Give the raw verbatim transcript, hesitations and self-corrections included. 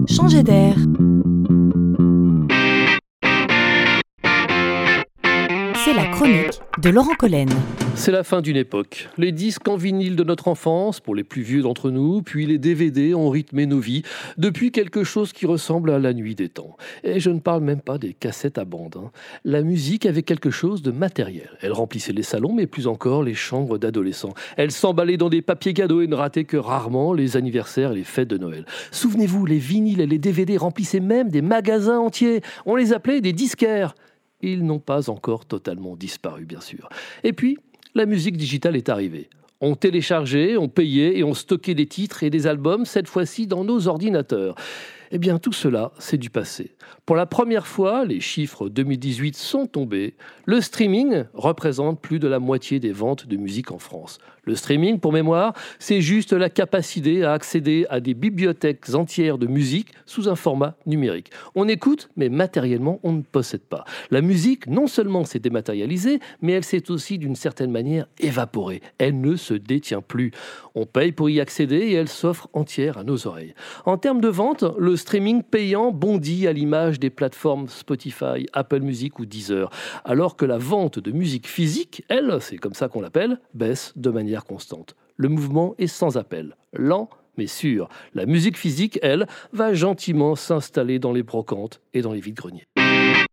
Changer d'air. C'est la chronique de Laurent Collen. C'est la fin d'une époque. Les disques en vinyle de notre enfance, pour les plus vieux d'entre nous, puis les D V D ont rythmé nos vies, depuis quelque chose qui ressemble à la nuit des temps. Et je ne parle même pas des cassettes à bande. hein. La musique avait quelque chose de matériel. Elle remplissait les salons, mais plus encore les chambres d'adolescents. Elle s'emballait dans des papiers cadeaux et ne ratait que rarement les anniversaires et les fêtes de Noël. Souvenez-vous, les vinyles et les D V D remplissaient même des magasins entiers. On les appelait des disquaires. Ils n'ont pas encore totalement disparu, bien sûr. Et puis, la musique digitale est arrivée. On téléchargeait, on payait et on stockait des titres et des albums, cette fois-ci dans nos ordinateurs. Eh bien, tout cela, c'est du passé. Pour la première fois, les chiffres deux mille dix-huit sont tombés. Le streaming représente plus de la moitié des ventes de musique en France. Le streaming, pour mémoire, c'est juste la capacité à accéder à des bibliothèques entières de musique sous un format numérique. On écoute, mais matériellement, on ne possède pas. La musique, non seulement s'est dématérialisée, mais elle s'est aussi, d'une certaine manière, évaporée. Elle ne se détient plus. On paye pour y accéder et elle s'offre entière à nos oreilles. En termes de vente, le streaming payant bondit à l'image des plateformes Spotify, Apple Music ou Deezer, alors que la vente de musique physique, elle, c'est comme ça qu'on l'appelle, baisse de manière constante. Le mouvement est sans appel, lent mais sûr. La musique physique, elle, va gentiment s'installer dans les brocantes et dans les vides-greniers.